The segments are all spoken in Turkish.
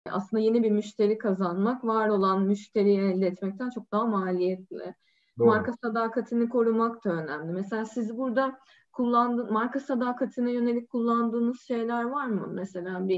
aslında yeni bir müşteri kazanmak, var olan müşteriyi elde etmekten çok daha maliyetli. Doğru. Marka sadakatini korumak da önemli. Mesela siz burada marka sadakatine yönelik kullandığınız şeyler var mı? Mesela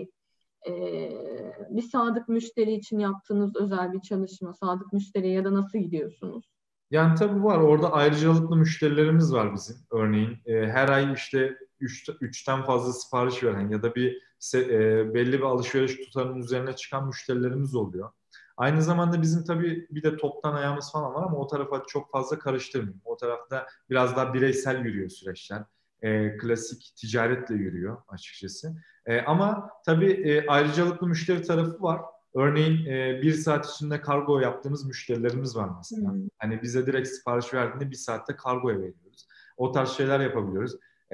bir sadık müşteri için yaptığınız özel bir çalışma, sadık müşteriye ya da nasıl gidiyorsunuz? Yani tabii var. Orada ayrıcalıklı müşterilerimiz var bizim. Örneğin her ay işte 3'ten fazla sipariş veren ya da belli bir alışveriş tutarının üzerine çıkan müşterilerimiz oluyor. Aynı zamanda bizim tabii bir de toptan ayağımız falan var ama o tarafa çok fazla karıştırmıyorum. O tarafta biraz daha bireysel yürüyor süreçler. Klasik ticaretle yürüyor açıkçası. Ama tabii ayrıcalıklı müşteri tarafı var. Örneğin 1 saat içinde kargo yaptığımız müşterilerimiz var mesela. Hmm. Hani bize direkt sipariş verdiğinde 1 saatte kargoya veriyoruz. O tarz şeyler yapabiliyoruz.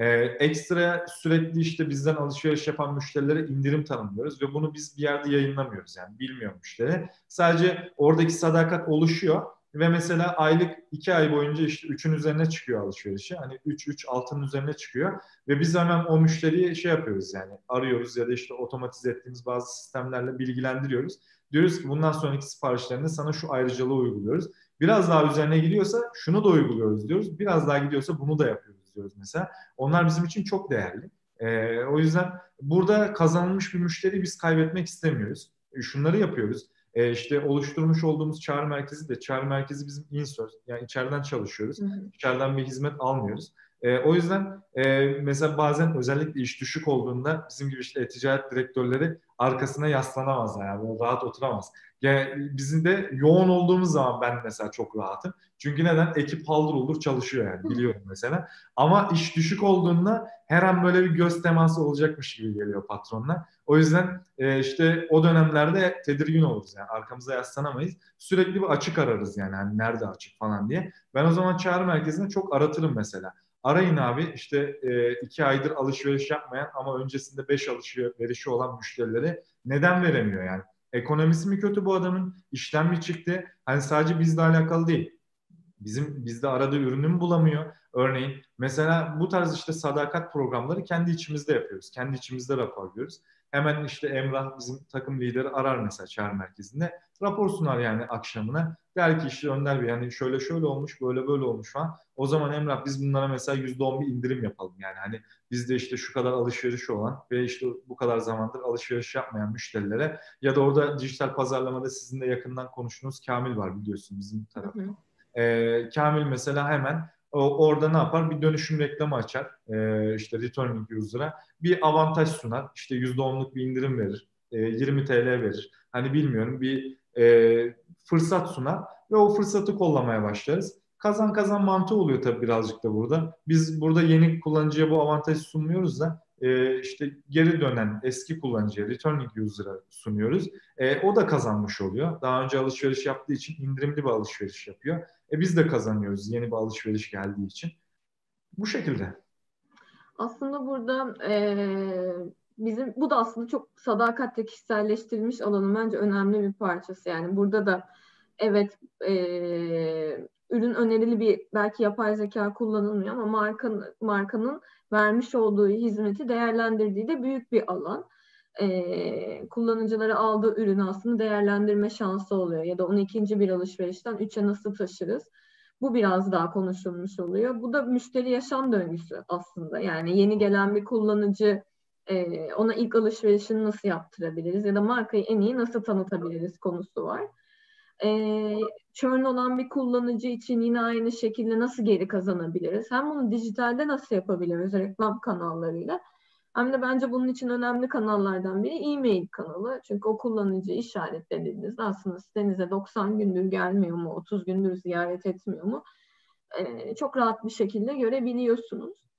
Ekstra sürekli işte bizden alışveriş yapan müşterilere indirim tanımlıyoruz ve bunu biz bir yerde yayınlamıyoruz, yani bilmiyor müşteri. Sadece oradaki sadakat oluşuyor ve mesela aylık 2 ay boyunca işte 3'ün üzerine çıkıyor alışverişi. Hani 3 6'nın üzerine çıkıyor ve biz hemen o müşteriyi şey yapıyoruz, yani arıyoruz ya da işte otomatize ettiğimiz bazı sistemlerle bilgilendiriyoruz. Diyoruz ki bundan sonraki siparişlerinde sana şu ayrıcalığı uyguluyoruz. Biraz daha üzerine gidiyorsa şunu da uyguluyoruz diyoruz. Biraz daha gidiyorsa bunu da yapıyoruz diyoruz mesela. Onlar bizim için çok değerli. O yüzden burada kazanılmış bir müşteriyi biz kaybetmek istemiyoruz. Şunları yapıyoruz. İşte oluşturmuş olduğumuz çağrı merkezi bizim in-source, yani içeriden çalışıyoruz. Hı hı. İçeriden bir hizmet almıyoruz. O yüzden mesela bazen özellikle iş düşük olduğunda bizim gibi işte ticaret direktörleri arkasına yaslanamaz, yani böyle rahat oturamaz. Yani bizim de yoğun olduğumuz zaman ben mesela çok rahatım. Çünkü neden? Ekip haldır olur çalışıyor, yani biliyorum mesela. Ama iş düşük olduğunda her an böyle bir göz teması olacakmış gibi geliyor patronla. O yüzden işte o dönemlerde tedirgin oluruz, yani arkamıza yaslanamayız. Sürekli bir açık ararız, yani hani nerede açık falan diye. Ben o zaman çağrı merkezine çok aratırım mesela. Arayın abi işte 2 aydır alışveriş yapmayan ama öncesinde 5 alışverişi olan müşterileri neden veremiyor yani? Ekonomisi mi kötü bu adamın? İşten mi çıktı? Hani sadece bizle alakalı değil. Bizde aradığı ürünü mü bulamıyor? Örneğin mesela bu tarz işte sadakat programları kendi içimizde yapıyoruz. Kendi içimizde rapor ediyoruz. Hemen işte Emrah bizim takım lideri arar mesela çağrı merkezinde. Rapor sunar yani akşamına. Der ki işte Önder Bey yani şöyle şöyle olmuş, böyle böyle olmuş falan. O zaman Emrah biz bunlara mesela %10 bir indirim yapalım. Yani hani bizde işte şu kadar alışveriş olan ve işte bu kadar zamandır alışveriş yapmayan müşterilere ya da orada dijital pazarlamada sizinle yakından konuştuğunuz Kamil var, biliyorsun bizim Hı tarafta. hı. Kamil mesela hemen orada ne yapar? Bir dönüşüm reklamı açar. İşte returning user'a bir avantaj sunar. İşte %10'luk bir indirim verir. 20 TL verir. Hani bilmiyorum bir fırsat sunar ve o fırsatı kollamaya başlarız. Kazan kazan mantığı oluyor tabii birazcık da burada. Biz burada yeni kullanıcıya bu avantajı sunmuyoruz da işte geri dönen eski kullanıcıya, returning user'a sunuyoruz. O da kazanmış oluyor. Daha önce alışveriş yaptığı için indirimli bir alışveriş yapıyor. Biz de kazanıyoruz yeni bir alışveriş geldiği için. Bu şekilde. Aslında burada bu da aslında çok sadakatle kişiselleştirilmiş alanın bence önemli bir parçası. Yani burada da evet, ürün önerili bir belki yapay zeka kullanılmıyor ama markanın vermiş olduğu hizmeti değerlendirdiği de büyük bir alan. Kullanıcılara aldığı ürünü aslında değerlendirme şansı oluyor ya da onu ikinci bir alışverişten üçe nasıl taşırız? Bu biraz daha konuşulmuş oluyor. Bu da müşteri yaşam döngüsü aslında. Yani yeni gelen bir kullanıcı, ona ilk alışverişini nasıl yaptırabiliriz ya da markayı en iyi nasıl tanıtabiliriz konusu var. E, Churn olan bir kullanıcı için yine aynı şekilde nasıl geri kazanabiliriz? Hem bunu dijitalde nasıl yapabiliriz reklam kanallarıyla? Hem de bence bunun için önemli kanallardan biri e-mail kanalı. Çünkü o kullanıcıyı işaretlediğinizde aslında sitenize 90 gündür gelmiyor mu, 30 gündür ziyaret etmiyor mu? Çok rahat bir şekilde görebiliyorsunuz.